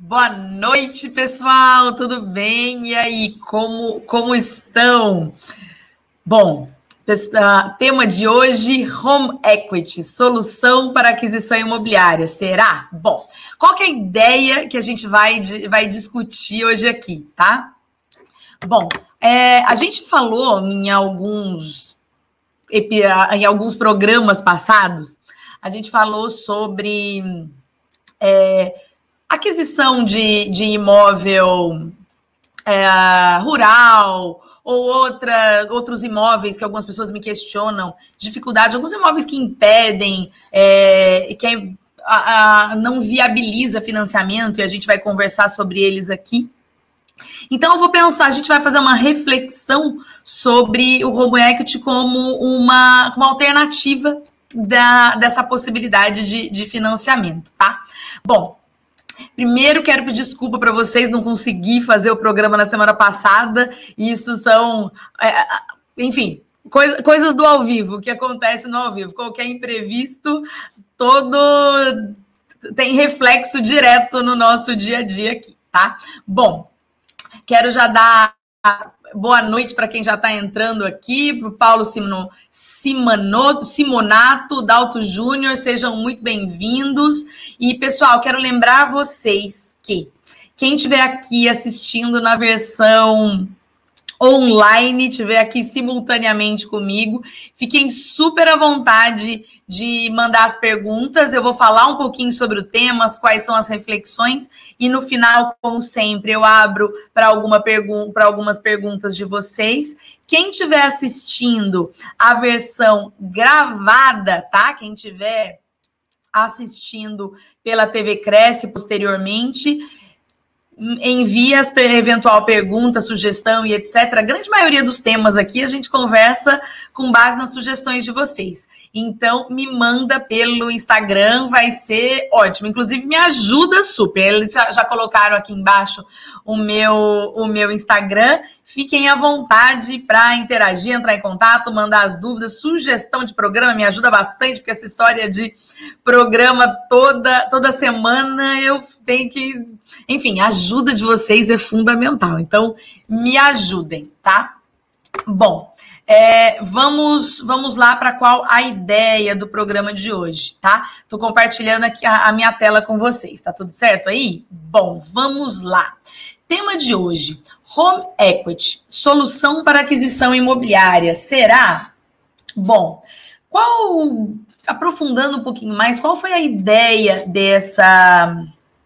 Boa noite, pessoal, tudo bem? E aí, como estão? Bom, tema de hoje, Home Equity, solução para aquisição imobiliária, será? Bom, qual que é a ideia que a gente vai discutir hoje aqui, tá? Bom, a gente falou em alguns programas passados, a gente falou sobre aquisição de imóvel rural ou outros imóveis que algumas pessoas me questionam, dificuldade, alguns imóveis que impedem, que não viabiliza financiamento, e a gente vai conversar sobre eles aqui. Então, eu vou pensar, a gente vai fazer uma reflexão sobre o Home Equity como uma alternativa dessa possibilidade de financiamento, tá? Bom, primeiro, quero pedir desculpa para vocês, não consegui fazer o programa na semana passada. Isso são, enfim, coisas do ao vivo, que acontece no ao vivo. Qualquer imprevisto, todo tem reflexo direto no nosso dia a dia aqui, tá? Bom, quero já dar boa noite para quem já está entrando aqui, para o Paulo Simonato, Dalto Júnior, sejam muito bem-vindos. E, pessoal, quero lembrar vocês que quem estiver aqui assistindo na versão online, estiver aqui simultaneamente comigo, fiquem super à vontade de mandar as perguntas. Eu vou falar um pouquinho sobre o tema, quais são as reflexões, e no final, como sempre, eu abro para algumas perguntas de vocês. Quem estiver assistindo a versão gravada, tá? Quem estiver assistindo pela TV Cresce posteriormente, envia as eventual pergunta, sugestão e etc. A grande maioria dos temas aqui a gente conversa com base nas sugestões de vocês. Então, me manda pelo Instagram, vai ser ótimo. Inclusive, me ajuda super. Eles já colocaram aqui embaixo o meu Instagram. Fiquem à vontade para interagir, entrar em contato, mandar as dúvidas, sugestão de programa, me ajuda bastante, porque essa história de programa toda semana eu tenho que... Enfim, a ajuda de vocês é fundamental, então me ajudem, tá? Bom, vamos lá para qual a ideia do programa de hoje, tá? Estou compartilhando aqui a minha tela com vocês, tá tudo certo aí? Bom, vamos lá. Tema de hoje, Home Equity, solução para aquisição imobiliária, será? Bom, aprofundando um pouquinho mais, qual foi a ideia dessa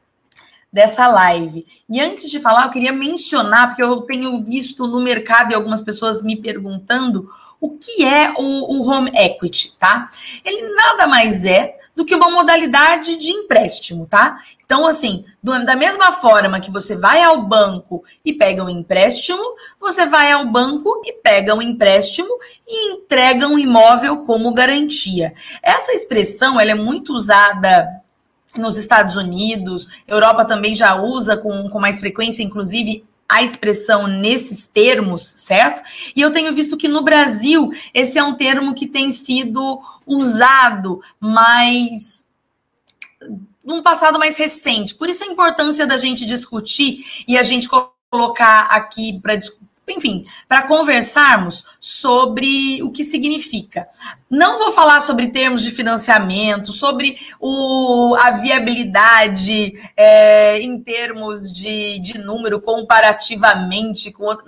live? E antes de falar, eu queria mencionar, porque eu tenho visto no mercado e algumas pessoas me perguntando o que é o Home Equity, tá? Ele nada mais é do que uma modalidade de empréstimo, tá? Então, assim, da mesma forma que você vai ao banco e pega um empréstimo, você vai ao banco e pega um empréstimo e entrega um imóvel como garantia. Essa expressão, ela é muito usada nos Estados Unidos, Europa também já usa com mais frequência, inclusive, a expressão nesses termos, certo? E eu tenho visto que no Brasil esse é um termo que tem sido usado mais num passado mais recente. Por isso a importância da gente discutir e a gente colocar aqui para conversarmos sobre o que significa. Não vou falar sobre termos de financiamento, sobre a viabilidade em termos de número comparativamente com outro,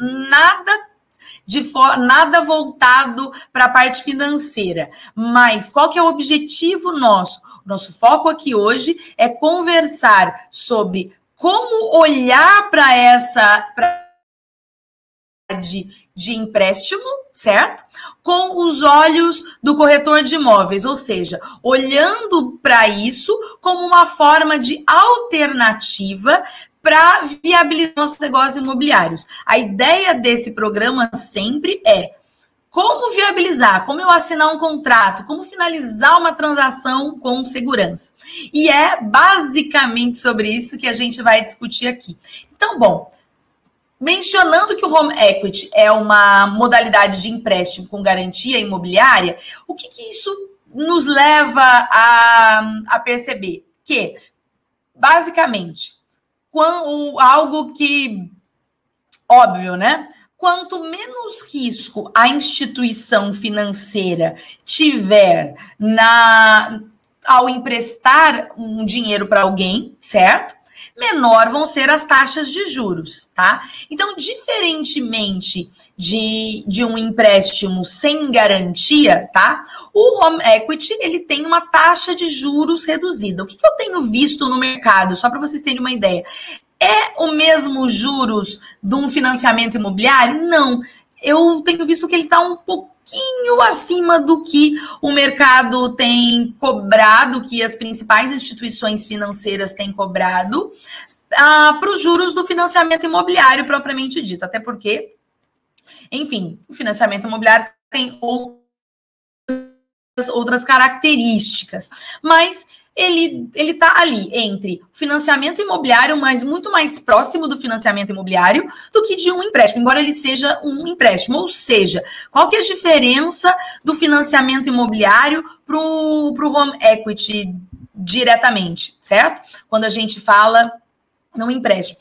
nada voltado para a parte financeira. Mas qual que é o objetivo nosso? Nosso foco aqui hoje é conversar sobre como olhar para essa de empréstimo, certo? Com os olhos do corretor de imóveis, ou seja, olhando para isso como uma forma de alternativa para viabilizar nossos negócios imobiliários. A ideia desse programa sempre é como viabilizar, como eu assinar um contrato, como finalizar uma transação com segurança. E é basicamente sobre isso que a gente vai discutir aqui. Então, bom, mencionando que o Home Equity é uma modalidade de empréstimo com garantia imobiliária, o que isso nos leva a perceber? Que, basicamente, algo que, óbvio, né? Quanto menos risco a instituição financeira tiver ao emprestar um dinheiro para alguém, certo? Menor vão ser as taxas de juros, tá? Então, diferentemente de um empréstimo sem garantia, tá? O home equity, ele tem uma taxa de juros reduzida. O que eu tenho visto no mercado, só para vocês terem uma ideia? É o mesmo juros de um financiamento imobiliário? Não. Eu tenho visto que ele está um pouquinho acima do que o mercado tem cobrado, que as principais instituições financeiras têm cobrado para os juros do financiamento imobiliário propriamente dito. Até porque, enfim, o financiamento imobiliário tem outras características. Mas ele está ali entre o financiamento imobiliário, mas muito mais próximo do financiamento imobiliário do que de um empréstimo, embora ele seja um empréstimo. Ou seja, qual que é a diferença do financiamento imobiliário para o home equity diretamente, certo? Quando a gente fala no empréstimo.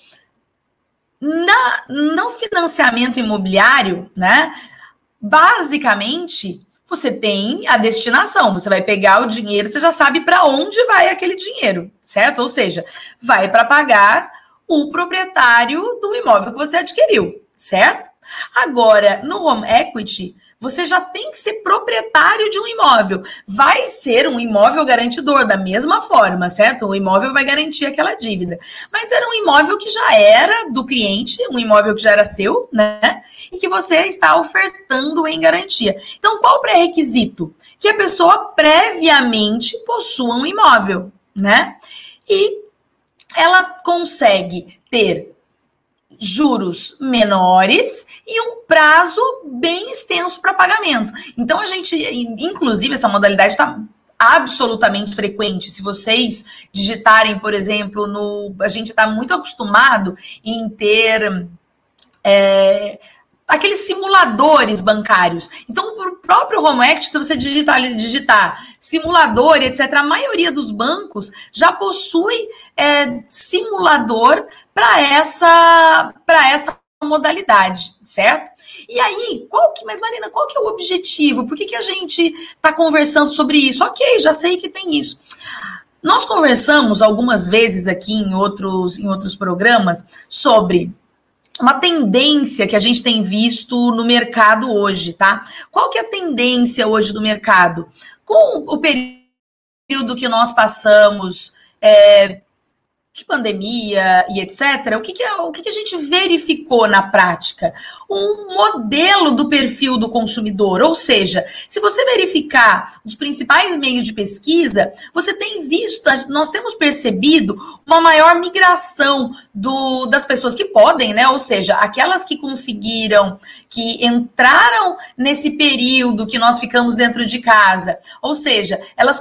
No financiamento imobiliário, né, basicamente, você tem a destinação, você vai pegar o dinheiro, você já sabe para onde vai aquele dinheiro, certo? Ou seja, vai para pagar o proprietário do imóvel que você adquiriu, certo? Agora, no home equity, você já tem que ser proprietário de um imóvel. Vai ser um imóvel garantidor, da mesma forma, certo? O imóvel vai garantir aquela dívida. Mas era um imóvel que já era do cliente, um imóvel que já era seu, né? E que você está ofertando em garantia. Então, qual o pré-requisito? Que a pessoa previamente possua um imóvel, né? E ela consegue ter juros menores e um prazo bem extenso para pagamento. Então, inclusive, essa modalidade está absolutamente frequente. Se vocês digitarem, por exemplo, a gente está muito acostumado em ter aqueles simuladores bancários. Então, o próprio home equity, se você digitar simulador e etc., a maioria dos bancos já possui simulador para essa modalidade, certo? E aí, mas Marina, qual que é o objetivo? Por que a gente está conversando sobre isso? Ok, já sei que tem isso. Nós conversamos algumas vezes aqui em outros programas sobre uma tendência que a gente tem visto no mercado hoje, tá? Qual que é a tendência hoje do mercado? Com o período que nós passamos de pandemia e etc., o que a gente verificou na prática? Um modelo do perfil do consumidor, ou seja, se você verificar os principais meios de pesquisa, você tem visto, nós temos percebido uma maior migração das pessoas que podem, né? Ou seja, aquelas que conseguiram, que entraram nesse período que nós ficamos dentro de casa, ou seja, elas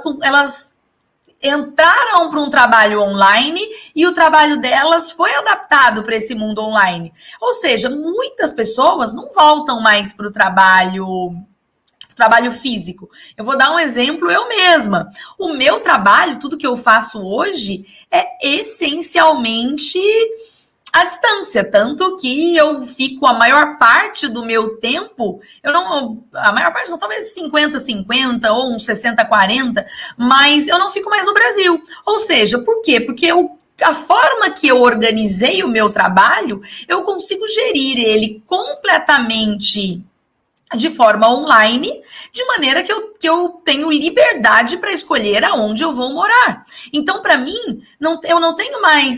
entraram para um trabalho online e o trabalho delas foi adaptado para esse mundo online. Ou seja, muitas pessoas não voltam mais para o trabalho físico. Eu vou dar um exemplo eu mesma. O meu trabalho, tudo que eu faço hoje é essencialmente à distância, tanto que eu fico a maior parte do meu tempo, a maior parte não, talvez 50-50 ou uns 60-40, mas eu não fico mais no Brasil. Ou seja, por quê? Porque a forma que eu organizei o meu trabalho, eu consigo gerir ele completamente de forma online, de maneira que eu tenho liberdade para escolher aonde eu vou morar. Então, para mim, eu não tenho mais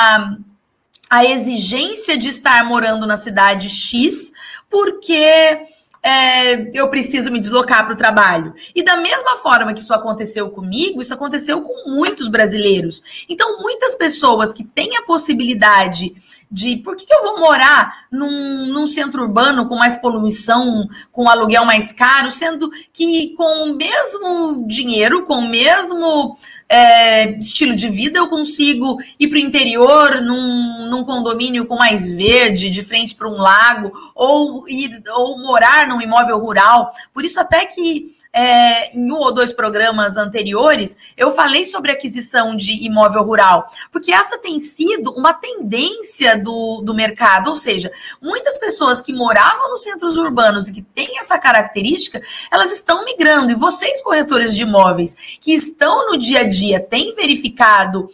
a exigência de estar morando na cidade X, porque eu preciso me deslocar para o trabalho. E da mesma forma que isso aconteceu comigo, isso aconteceu com muitos brasileiros. Então, muitas pessoas que têm a possibilidade de... Por que eu vou morar num centro urbano com mais poluição, com aluguel mais caro, sendo que com o mesmo dinheiro, com o mesmo estilo de vida, eu consigo ir para o interior, num condomínio com mais verde, de frente para um lago, ou morar num imóvel rural. Por isso até que em um ou dois programas anteriores, eu falei sobre aquisição de imóvel rural, porque essa tem sido uma tendência do mercado, ou seja, muitas pessoas que moravam nos centros urbanos e que têm essa característica, elas estão migrando, e vocês, corretores de imóveis, que estão no dia a dia, têm verificado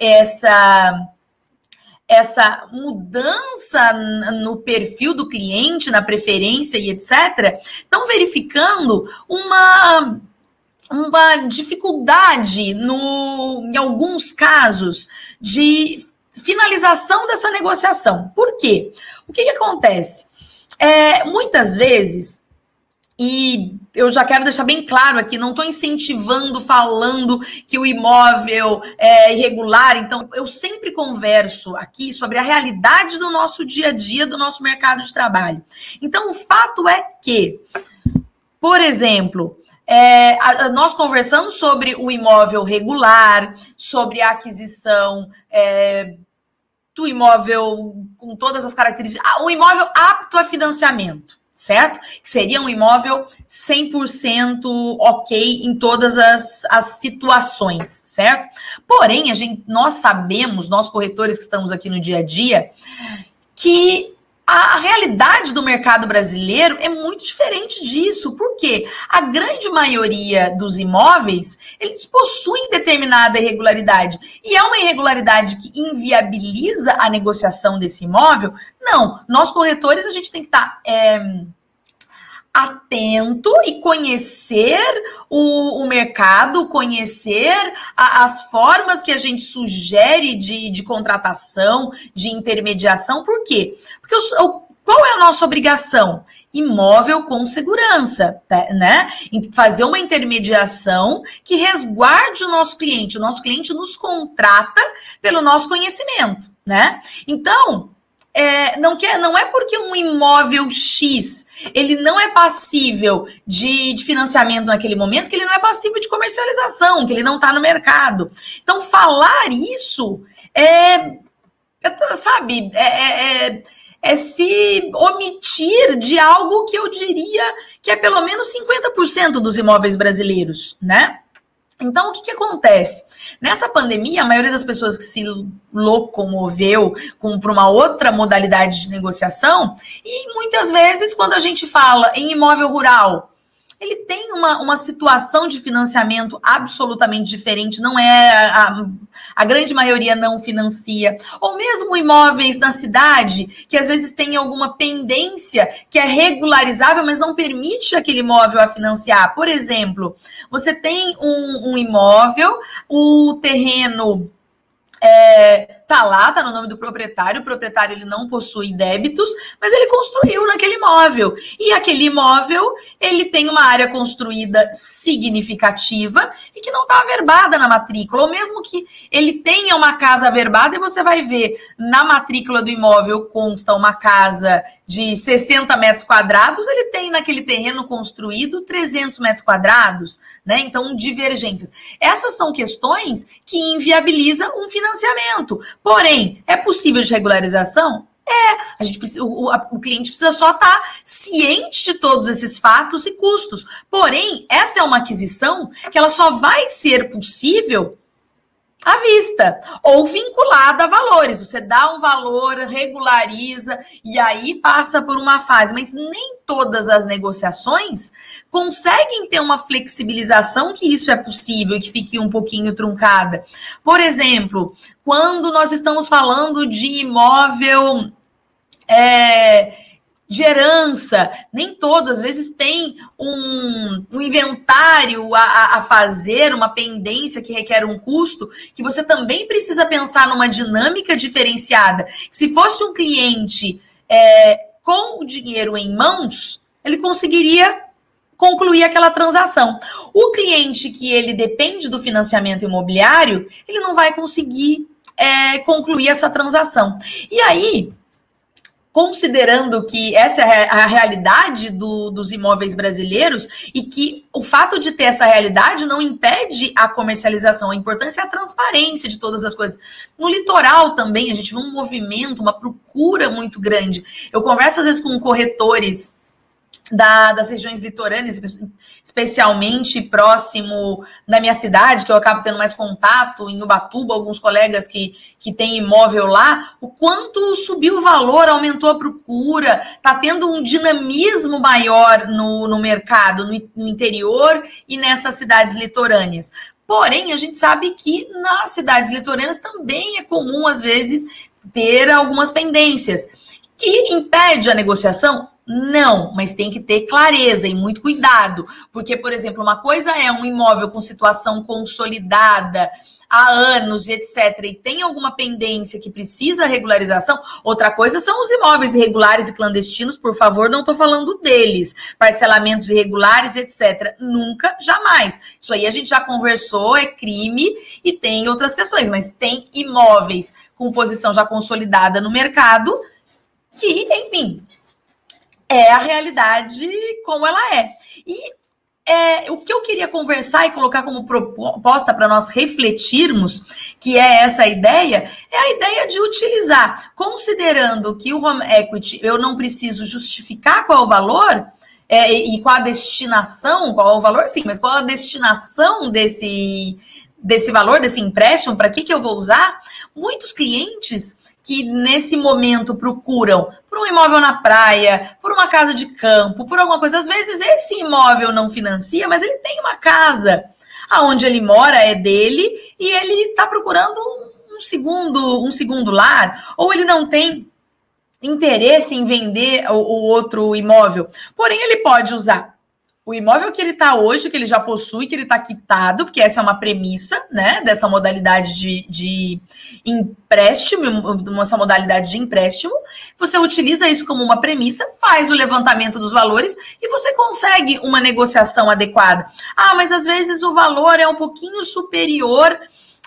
essa mudança no perfil do cliente, na preferência e etc., estão verificando uma dificuldade em alguns casos de finalização dessa negociação. Por quê? O que acontece? Muitas vezes, e eu já quero deixar bem claro aqui, não estou incentivando, falando que o imóvel é irregular, então eu sempre converso aqui sobre a realidade do nosso dia a dia, do nosso mercado de trabalho. Então, o fato é que, por exemplo, nós conversamos sobre o imóvel regular, sobre a aquisição do imóvel com todas as características, o imóvel apto a financiamento, certo? Que seria um imóvel 100% ok em todas as situações, certo? Porém, nós sabemos, nós corretores que estamos aqui no dia a dia, que a realidade do mercado brasileiro é muito diferente disso, porque a grande maioria dos imóveis, eles possuem determinada irregularidade, e é uma irregularidade que inviabiliza a negociação desse imóvel? Não, nós corretores, a gente tem que estar atento e conhecer o mercado, conhecer as formas que a gente sugere de contratação, de intermediação. Por quê? Porque qual é a nossa obrigação? Imóvel com segurança, né? Fazer uma intermediação que resguarde o nosso cliente. O nosso cliente nos contrata pelo nosso conhecimento, né? Então, não é porque um imóvel X ele não é passível de financiamento naquele momento que ele não é passível de comercialização, que ele não está no mercado. Então, falar isso se omitir de algo que eu diria que é pelo menos 50% dos imóveis brasileiros, né? Então, o que acontece? Nessa pandemia, a maioria das pessoas que se locomoveu para uma outra modalidade de negociação, e muitas vezes, quando a gente fala em imóvel rural, ele tem uma situação de financiamento absolutamente diferente, não é a grande maioria não financia, ou mesmo imóveis na cidade, que às vezes tem alguma pendência que é regularizável, mas não permite aquele imóvel a financiar. Por exemplo, você tem um imóvel, o terreno tá lá, tá no nome do proprietário, o proprietário ele não possui débitos, mas ele construiu naquele imóvel, e aquele imóvel, ele tem uma área construída significativa e que não está averbada na matrícula, ou mesmo que ele tenha uma casa averbada, e você vai ver na matrícula do imóvel consta uma casa de 60 metros quadrados, ele tem naquele terreno construído 300 metros quadrados, né? Então, divergências. Essas são questões que inviabilizam um financiamento. Porém, é possível de regularização? O cliente precisa só estar ciente de todos esses fatos e custos. Porém, essa é uma aquisição que ela só vai ser possível à vista, ou vinculada a valores. Você dá um valor, regulariza, e aí passa por uma fase. Mas nem todas as negociações conseguem ter uma flexibilização que isso é possível e que fique um pouquinho truncada. Por exemplo, quando nós estamos falando de imóvel de herança, nem todos, às vezes tem um inventário a fazer, uma pendência que requer um custo, que você também precisa pensar numa dinâmica diferenciada. Se fosse um cliente com o dinheiro em mãos, ele conseguiria concluir aquela transação. O cliente que ele depende do financiamento imobiliário, ele não vai conseguir concluir essa transação. E aí, considerando que essa é a realidade dos imóveis brasileiros e que o fato de ter essa realidade não impede a comercialização, a importância é a transparência de todas as coisas. No litoral também, a gente vê um movimento, uma procura muito grande. Eu converso às vezes com corretores das regiões litorâneas, especialmente próximo da minha cidade, que eu acabo tendo mais contato, em Ubatuba, alguns colegas que têm imóvel lá, o quanto subiu o valor, aumentou a procura, está tendo um dinamismo maior no mercado, no interior e nessas cidades litorâneas. Porém, a gente sabe que nas cidades litorâneas também é comum, às vezes, ter algumas pendências. Que impede a negociação? Não, mas tem que ter clareza e muito cuidado, porque, por exemplo, uma coisa é um imóvel com situação consolidada há anos e etc, e tem alguma pendência que precisa regularização, outra coisa são os imóveis irregulares e clandestinos, por favor, não estou falando deles, parcelamentos irregulares, etc, nunca, jamais, isso aí a gente já conversou, é crime e tem outras questões, mas tem imóveis com posição já consolidada no mercado que, enfim, é a realidade como ela é. E o que eu queria conversar e colocar como proposta para nós refletirmos, que é essa ideia, é a ideia de utilizar, considerando que o home equity, eu não preciso justificar qual é o valor, e qual a destinação, qual é o valor, sim, mas qual a destinação desse valor, desse empréstimo, para que eu vou usar? Muitos clientes que nesse momento procuram por um imóvel na praia, por uma casa de campo, por alguma coisa. Às vezes esse imóvel não financia, mas ele tem uma casa. Aonde ele mora é dele e ele está procurando um segundo lar, ou ele não tem interesse em vender o outro imóvel. Porém, ele pode usar o imóvel que ele está hoje, que ele já possui, que ele está quitado, porque essa é uma premissa, né, dessa modalidade de empréstimo, essa modalidade de empréstimo. Você utiliza isso como uma premissa, faz o levantamento dos valores e você consegue uma negociação adequada. Ah, mas às vezes o valor é um pouquinho superior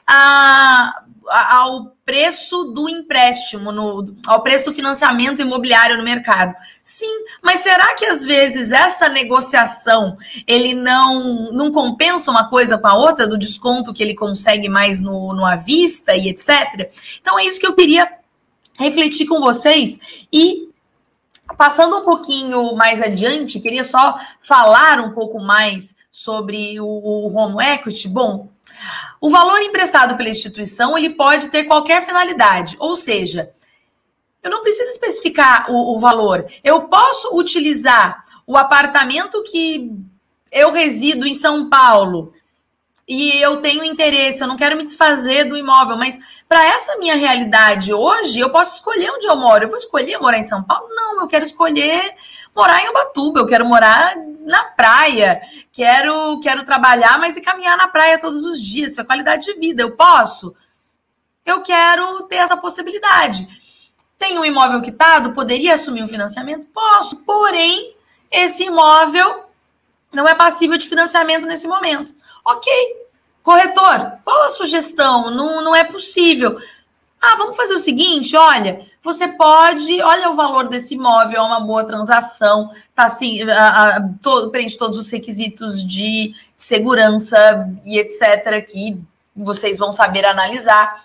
ao preço do empréstimo, ao preço do financiamento imobiliário no mercado. Sim, mas será que às vezes essa negociação ele não compensa uma coisa com a outra, do desconto que ele consegue mais no à vista e etc? Então é isso que eu queria refletir com vocês e passando um pouquinho mais adiante, queria só falar um pouco mais sobre o home equity. Bom, o valor emprestado pela instituição, ele pode ter qualquer finalidade, ou seja, eu não preciso especificar o valor. Eu posso utilizar o apartamento que eu resido em São Paulo e eu tenho interesse, eu não quero me desfazer do imóvel, mas para essa minha realidade hoje, eu posso escolher onde eu moro. Eu vou escolher morar em São Paulo? Não, eu quero escolher morar em Ubatuba, eu quero morar na praia, quero trabalhar, mas e caminhar na praia todos os dias, isso é qualidade de vida. Eu posso? Eu quero ter essa possibilidade. Tenho um imóvel quitado? Poderia assumir um financiamento? Posso, porém, esse imóvel não é passível de financiamento nesse momento. Ok, corretor, qual a sugestão? Não é possível. Ah, vamos fazer o seguinte, olha, você pode, olha o valor desse imóvel, é uma boa transação, tá assim, preenche todos os requisitos de segurança e etc, que vocês vão saber analisar.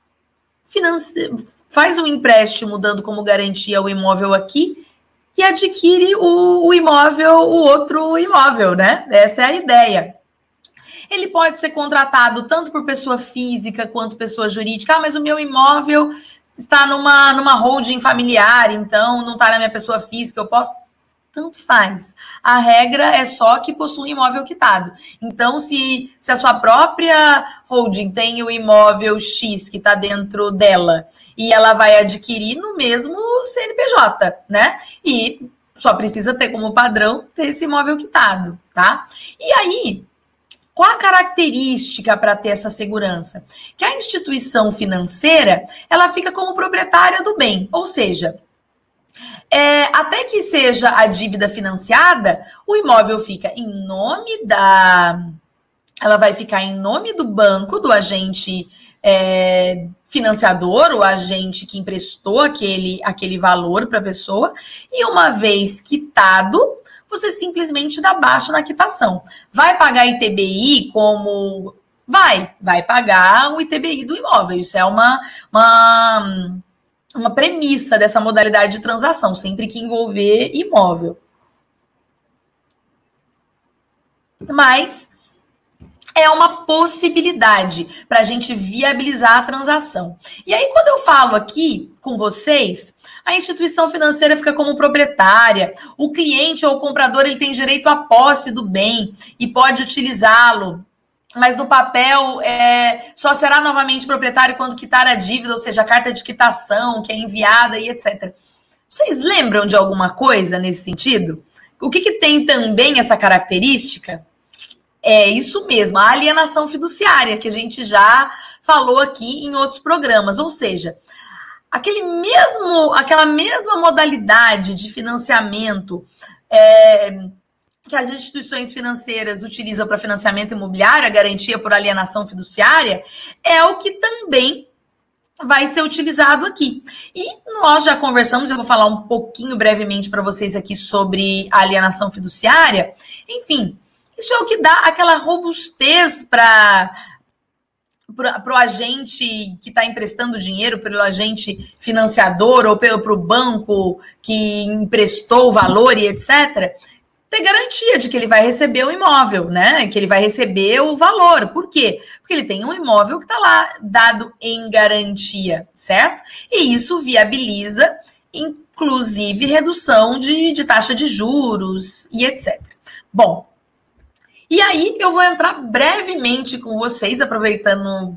Faz um empréstimo dando como garantia o imóvel aqui e adquire o imóvel, o outro imóvel, né? Essa é a ideia. Ele pode ser contratado tanto por pessoa física quanto pessoa jurídica. Ah, mas o meu imóvel está numa holding familiar, então não está na minha pessoa física, eu posso? Tanto faz. A regra é só que possui imóvel quitado. Então, se a sua própria holding tem o imóvel X que está dentro dela e ela vai adquirir no mesmo CNPJ, né? E só precisa ter como padrão ter esse imóvel quitado, tá? E aí, qual a característica para ter essa segurança? Que a instituição financeira, ela fica como proprietária do bem, ou seja, até que seja a dívida financiada, o imóvel fica em nome ela vai ficar em nome do banco, do agente financiador, o agente que emprestou aquele valor para a pessoa, e uma vez quitado, você simplesmente dá baixa na quitação. Vai pagar ITBI como... Vai pagar o ITBI do imóvel. Isso é uma premissa dessa modalidade de transação, sempre que envolver imóvel. mas é uma possibilidade para a gente viabilizar a transação. E aí, quando eu falo aqui com vocês, a instituição financeira fica como proprietária, o cliente ou o comprador ele tem direito à posse do bem e pode utilizá-lo, mas no papel só será novamente proprietário quando quitar a dívida, ou seja, a carta de quitação que é enviada e etc. Vocês lembram de alguma coisa nesse sentido? O que tem também essa característica? É isso mesmo, a alienação fiduciária, que a gente já falou aqui em outros programas. Ou seja, aquela mesma modalidade de financiamento que as instituições financeiras utilizam para financiamento imobiliário, a garantia por alienação fiduciária, é o que também vai ser utilizado aqui. E nós já conversamos, eu vou falar um pouquinho brevemente para vocês aqui sobre a alienação fiduciária. Enfim, isso é o que dá aquela robustez para o agente que está emprestando dinheiro, pelo agente financiador ou para o banco que emprestou o valor e etc., ter garantia de que ele vai receber o imóvel, né? Que ele vai receber o valor. Por quê? Porque ele tem um imóvel que está lá dado em garantia, certo? E isso viabiliza, inclusive, redução de taxa de juros e etc. Bom, e aí eu vou entrar brevemente com vocês, aproveitando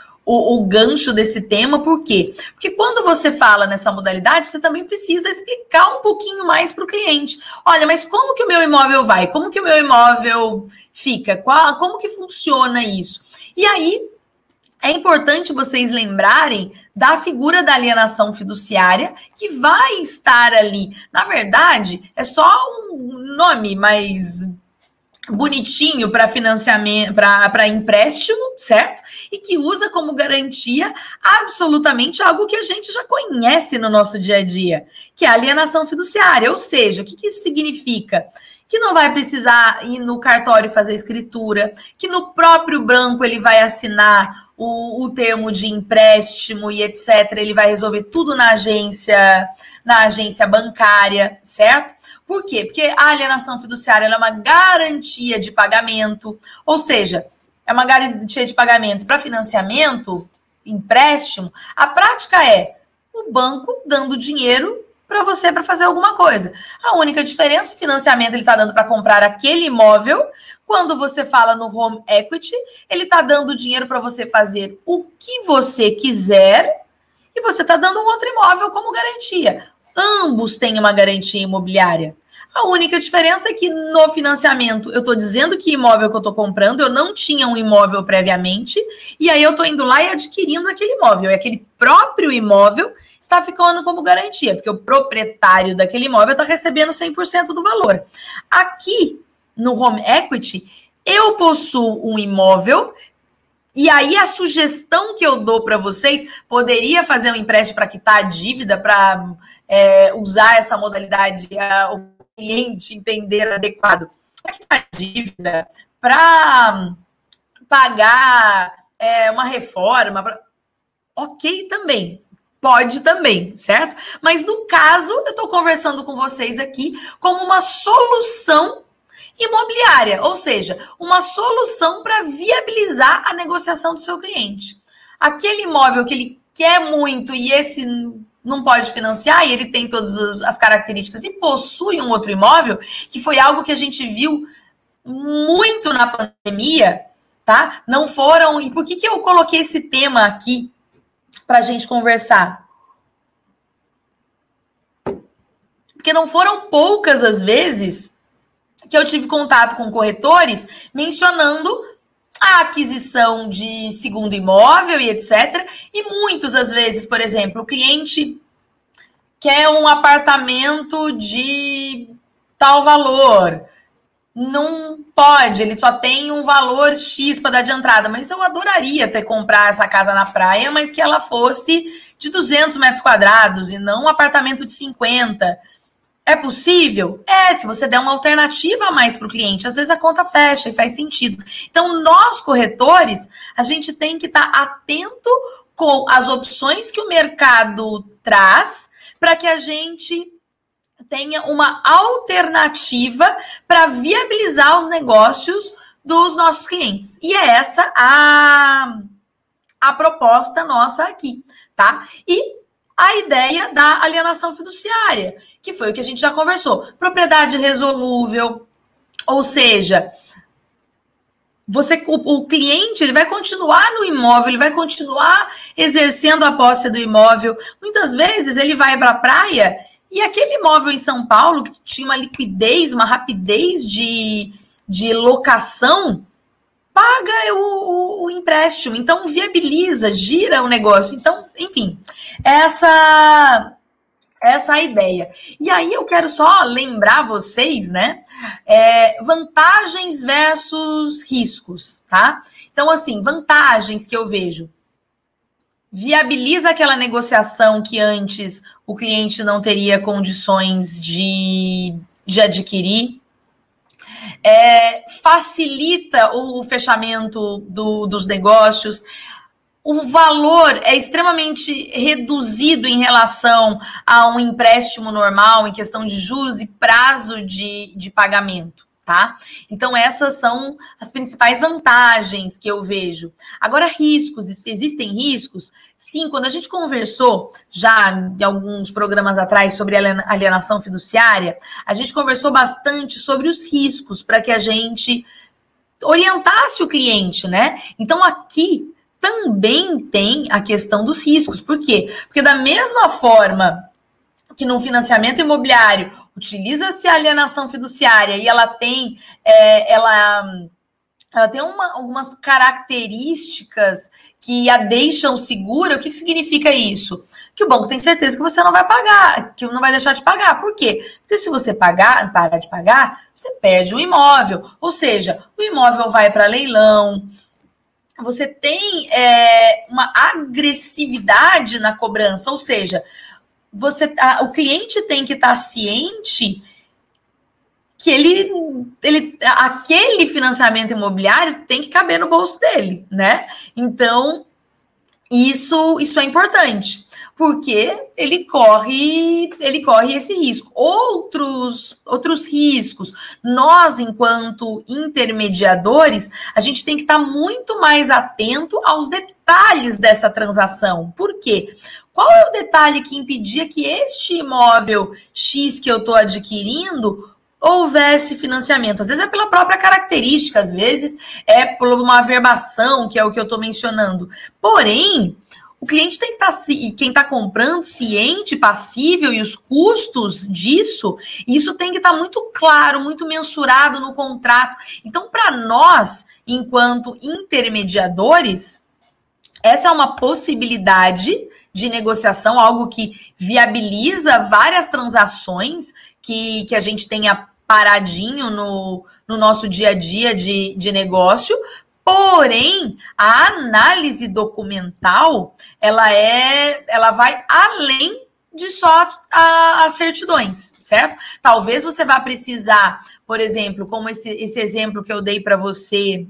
o gancho desse tema, por quê? Porque quando você fala nessa modalidade, você também precisa explicar um pouquinho mais para o cliente. Olha, mas como que o meu imóvel vai? Como que o meu imóvel fica? Como que funciona isso? E aí, é importante vocês lembrarem da figura da alienação fiduciária que vai estar ali. Na verdade, é só um nome mais bonitinho para financiamento, para empréstimo, certo? E que usa como garantia absolutamente algo que a gente já conhece no nosso dia a dia, que é a alienação fiduciária. Ou seja, o que isso significa? Que não vai precisar ir no cartório fazer escritura, que no próprio banco ele vai assinar o termo de empréstimo e etc. Ele vai resolver tudo na agência bancária, certo? Por quê? Porque a alienação fiduciária é uma garantia de pagamento, ou seja, é uma garantia de pagamento para financiamento, empréstimo. A prática é o banco dando dinheiro para você para fazer alguma coisa. A única diferença, o financiamento ele está dando para comprar aquele imóvel. Quando você fala no home equity, ele está dando dinheiro para você fazer o que você quiser e você está dando um outro imóvel como garantia. Ambos têm uma garantia imobiliária. A única diferença é que no financiamento eu estou dizendo que imóvel que eu estou comprando, eu não tinha um imóvel previamente, e aí eu estou indo lá e adquirindo aquele imóvel. E aquele próprio imóvel está ficando como garantia, porque o proprietário daquele imóvel está recebendo 100% do valor. Aqui, no home equity, eu possuo um imóvel. E aí a sugestão que eu dou para vocês, poderia fazer um empréstimo para quitar a dívida, para usar essa modalidade, o cliente entender adequado, para quitar a dívida, para pagar uma reforma, ok também, pode também, certo? Mas no caso, eu estou conversando com vocês aqui como uma solução imobiliária, ou seja, uma solução para viabilizar a negociação do seu cliente. Aquele imóvel que ele quer muito e esse não pode financiar, e ele tem todas as características e possui um outro imóvel, que foi algo que a gente viu muito na pandemia, tá? Não foram... E por que eu coloquei esse tema aqui para a gente conversar? Porque não foram poucas as vezes que eu tive contato com corretores mencionando a aquisição de segundo imóvel e etc. E muitas às vezes, por exemplo, o cliente quer um apartamento de tal valor. Não pode, ele só tem um valor X para dar de entrada. Mas eu adoraria comprar essa casa na praia, mas que ela fosse de 200 metros quadrados e não um apartamento de 50. É possível? Se você der uma alternativa a mais para o cliente, às vezes a conta fecha e faz sentido. Então, nós, corretores, a gente tem que estar atento com as opções que o mercado traz para que a gente tenha uma alternativa para viabilizar os negócios dos nossos clientes. E é essa a proposta nossa aqui, tá? E a ideia da alienação fiduciária, que foi o que a gente já conversou. Propriedade resolúvel, ou seja, o cliente ele vai continuar no imóvel, ele vai continuar exercendo a posse do imóvel. Muitas vezes ele vai para a praia e aquele imóvel em São Paulo, que tinha uma liquidez, uma rapidez de locação, paga o empréstimo. Então, viabiliza, gira o negócio. Então, enfim, essa é a ideia. E aí eu quero só lembrar vocês, né? Vantagens versus riscos, tá? Então, assim, vantagens que eu vejo. Viabiliza aquela negociação que antes o cliente não teria condições de adquirir. Facilita o fechamento dos negócios. O valor é extremamente reduzido em relação a um empréstimo normal, em questão de juros e prazo de pagamento, tá? Então, essas são as principais vantagens que eu vejo. Agora, riscos. Existem riscos? Sim, quando a gente conversou já em alguns programas atrás sobre alienação fiduciária, a gente conversou bastante sobre os riscos para que a gente orientasse o cliente, né? Então, aqui também tem a questão dos riscos. Por quê? Porque da mesma forma que no financiamento imobiliário utiliza-se a alienação fiduciária e ela tem, algumas características que a deixam segura. O que significa isso? Que o banco tem certeza que você não vai pagar, que não vai deixar de pagar. Por quê? Porque se você parar de pagar, você perde o imóvel. Ou seja, o imóvel vai para leilão. Você tem uma agressividade na cobrança, ou seja, o cliente tem que estar ciente que aquele financiamento imobiliário tem que caber no bolso dele, né? Então, isso é importante, porque ele corre esse risco. Outros riscos, nós, enquanto intermediadores, a gente tem que estar muito mais atento aos detalhes dessa transação. Por quê? Qual é o detalhe que impedia que este imóvel X que eu estou adquirindo houvesse financiamento? Às vezes é pela própria característica, às vezes é por uma averbação, que é o que eu estou mencionando. Porém, o cliente tem que estar, quem está comprando, ciente, passível, e os custos disso, isso tem que estar muito claro, muito mensurado no contrato. Então, para nós, enquanto intermediadores, essa é uma possibilidade de negociação, algo que viabiliza várias transações que a gente tenha paradinho no nosso dia a dia de negócio. Porém, a análise documental, ela vai além de só as certidões, certo? Talvez você vá precisar, por exemplo, como esse exemplo que eu dei para vocês,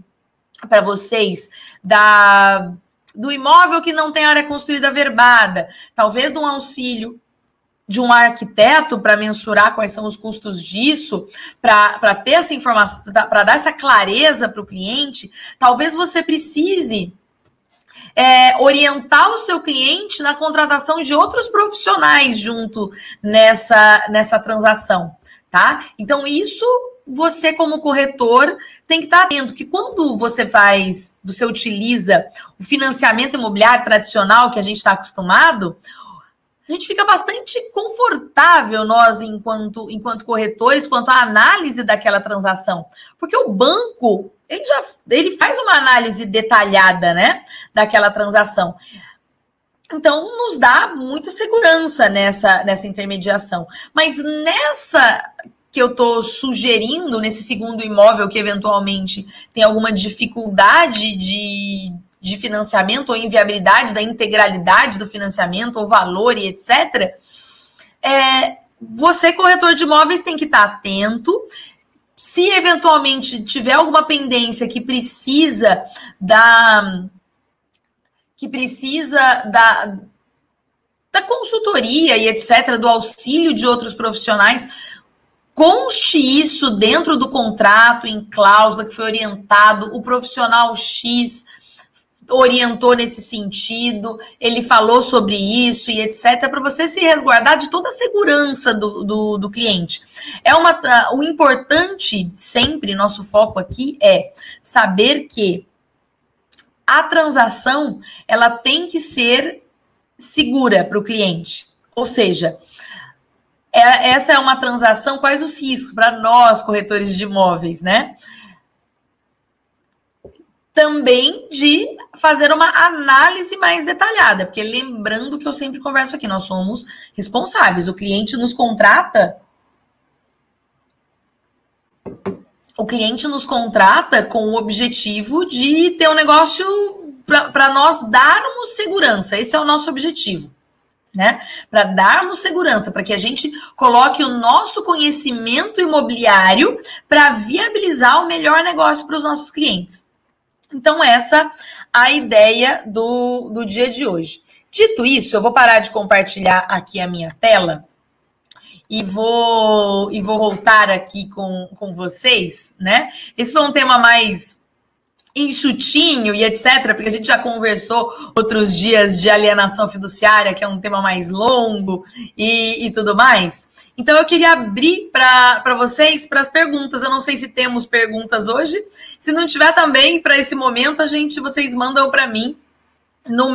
do imóvel que não tem área construída averbada, talvez de um auxílio de um arquiteto para mensurar quais são os custos disso, para ter essa informação, para dar essa clareza para o cliente. Talvez você precise orientar o seu cliente na contratação de outros profissionais junto nessa transação, tá? Então, isso você, como corretor, tem que estar atento, que quando você utiliza o financiamento imobiliário tradicional que a gente está acostumado, a gente fica bastante confortável, nós, enquanto corretores, quanto à análise daquela transação. Porque o banco, ele faz uma análise detalhada, né, daquela transação. Então, nos dá muita segurança nessa intermediação. Mas nessa que eu estou sugerindo, nesse segundo imóvel que eventualmente tem alguma dificuldade de financiamento ou inviabilidade da integralidade do financiamento ou valor e etc., você, corretor de imóveis, tem que estar atento. Se eventualmente tiver alguma pendência que precisa da da consultoria e etc., do auxílio de outros profissionais, conste isso dentro do contrato, em cláusula que foi orientado, o profissional X orientou nesse sentido, ele falou sobre isso e etc., para você se resguardar de toda a segurança do cliente. O importante, sempre, nosso foco aqui é saber que a transação, ela tem que ser segura para o cliente. Ou seja, essa é uma transação, quais os riscos para nós, corretores de imóveis, né? Também de fazer uma análise mais detalhada, porque lembrando que eu sempre converso aqui, nós somos responsáveis, o cliente nos contrata com o objetivo de ter um negócio para nós darmos segurança, esse é o nosso objetivo, né? Para darmos segurança, para que a gente coloque o nosso conhecimento imobiliário para viabilizar o melhor negócio para os nossos clientes. Então, essa a ideia do dia de hoje. Dito isso, eu vou parar de compartilhar aqui a minha tela e vou voltar aqui com vocês, né? Esse foi um tema mais enxutinho e etc., porque a gente já conversou outros dias de alienação fiduciária, que é um tema mais longo e tudo mais. Então, eu queria abrir para vocês, para as perguntas. Eu não sei se temos perguntas hoje. Se não tiver também, para esse momento, vocês mandam para mim no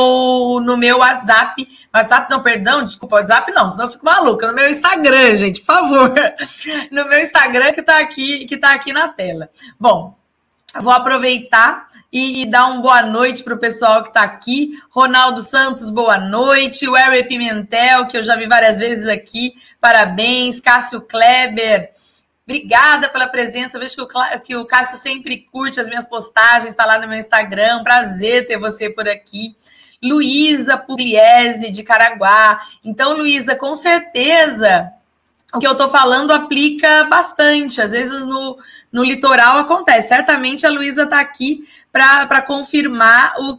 meu WhatsApp. WhatsApp não, perdão, desculpa, WhatsApp não, senão eu fico maluca. No meu Instagram, gente, por favor. No meu Instagram que tá aqui na tela. Bom, vou aproveitar e dar uma boa noite para o pessoal que está aqui. Ronaldo Santos, boa noite. O Harry Pimentel, que eu já vi várias vezes aqui, parabéns. Cássio Kleber, obrigada pela presença. Eu vejo que o Cássio sempre curte as minhas postagens, está lá no meu Instagram. Prazer ter você por aqui. Luísa Pugliese, de Caraguá. Então, Luísa, com certeza o que eu estou falando aplica bastante. Às vezes no litoral acontece. Certamente a Luísa está aqui para confirmar o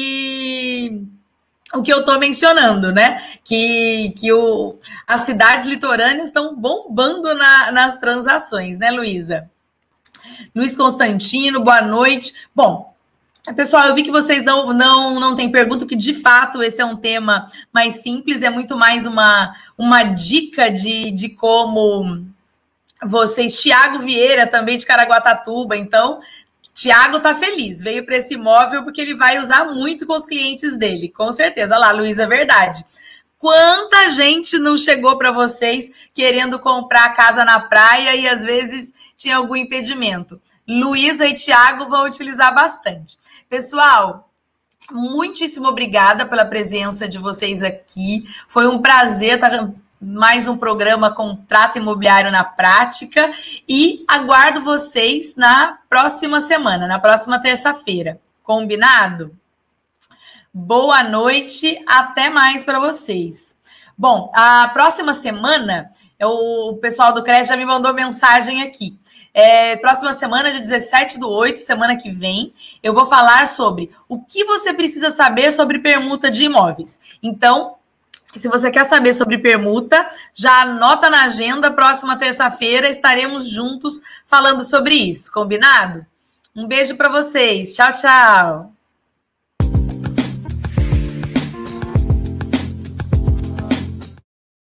que eu estou mencionando, né? Que as cidades litorâneas estão bombando nas transações, né, Luísa? Luiz Constantino, boa noite. Bom, pessoal, eu vi que vocês não têm pergunta, porque de fato esse é um tema mais simples, é muito mais uma dica de como vocês. Tiago Vieira, também de Caraguatatuba, então, Tiago tá feliz, veio para esse imóvel porque ele vai usar muito com os clientes dele, com certeza. Olha lá, Luísa, é verdade. Quanta gente não chegou para vocês querendo comprar a casa na praia e às vezes tinha algum impedimento? Luísa e Tiago vão utilizar bastante. Pessoal, muitíssimo obrigada pela presença de vocês aqui. Foi um prazer estar mais um programa Contrato Imobiliário na Prática e aguardo vocês na próxima semana, na próxima terça-feira. Combinado? Boa noite, até mais para vocês. Bom, a próxima semana, o pessoal do CRES já me mandou mensagem aqui. Próxima semana, dia 17/8, semana que vem, eu vou falar sobre o que você precisa saber sobre permuta de imóveis. Então, se você quer saber sobre permuta, já anota na agenda, próxima terça-feira estaremos juntos falando sobre isso, combinado? Um beijo para vocês, tchau, tchau!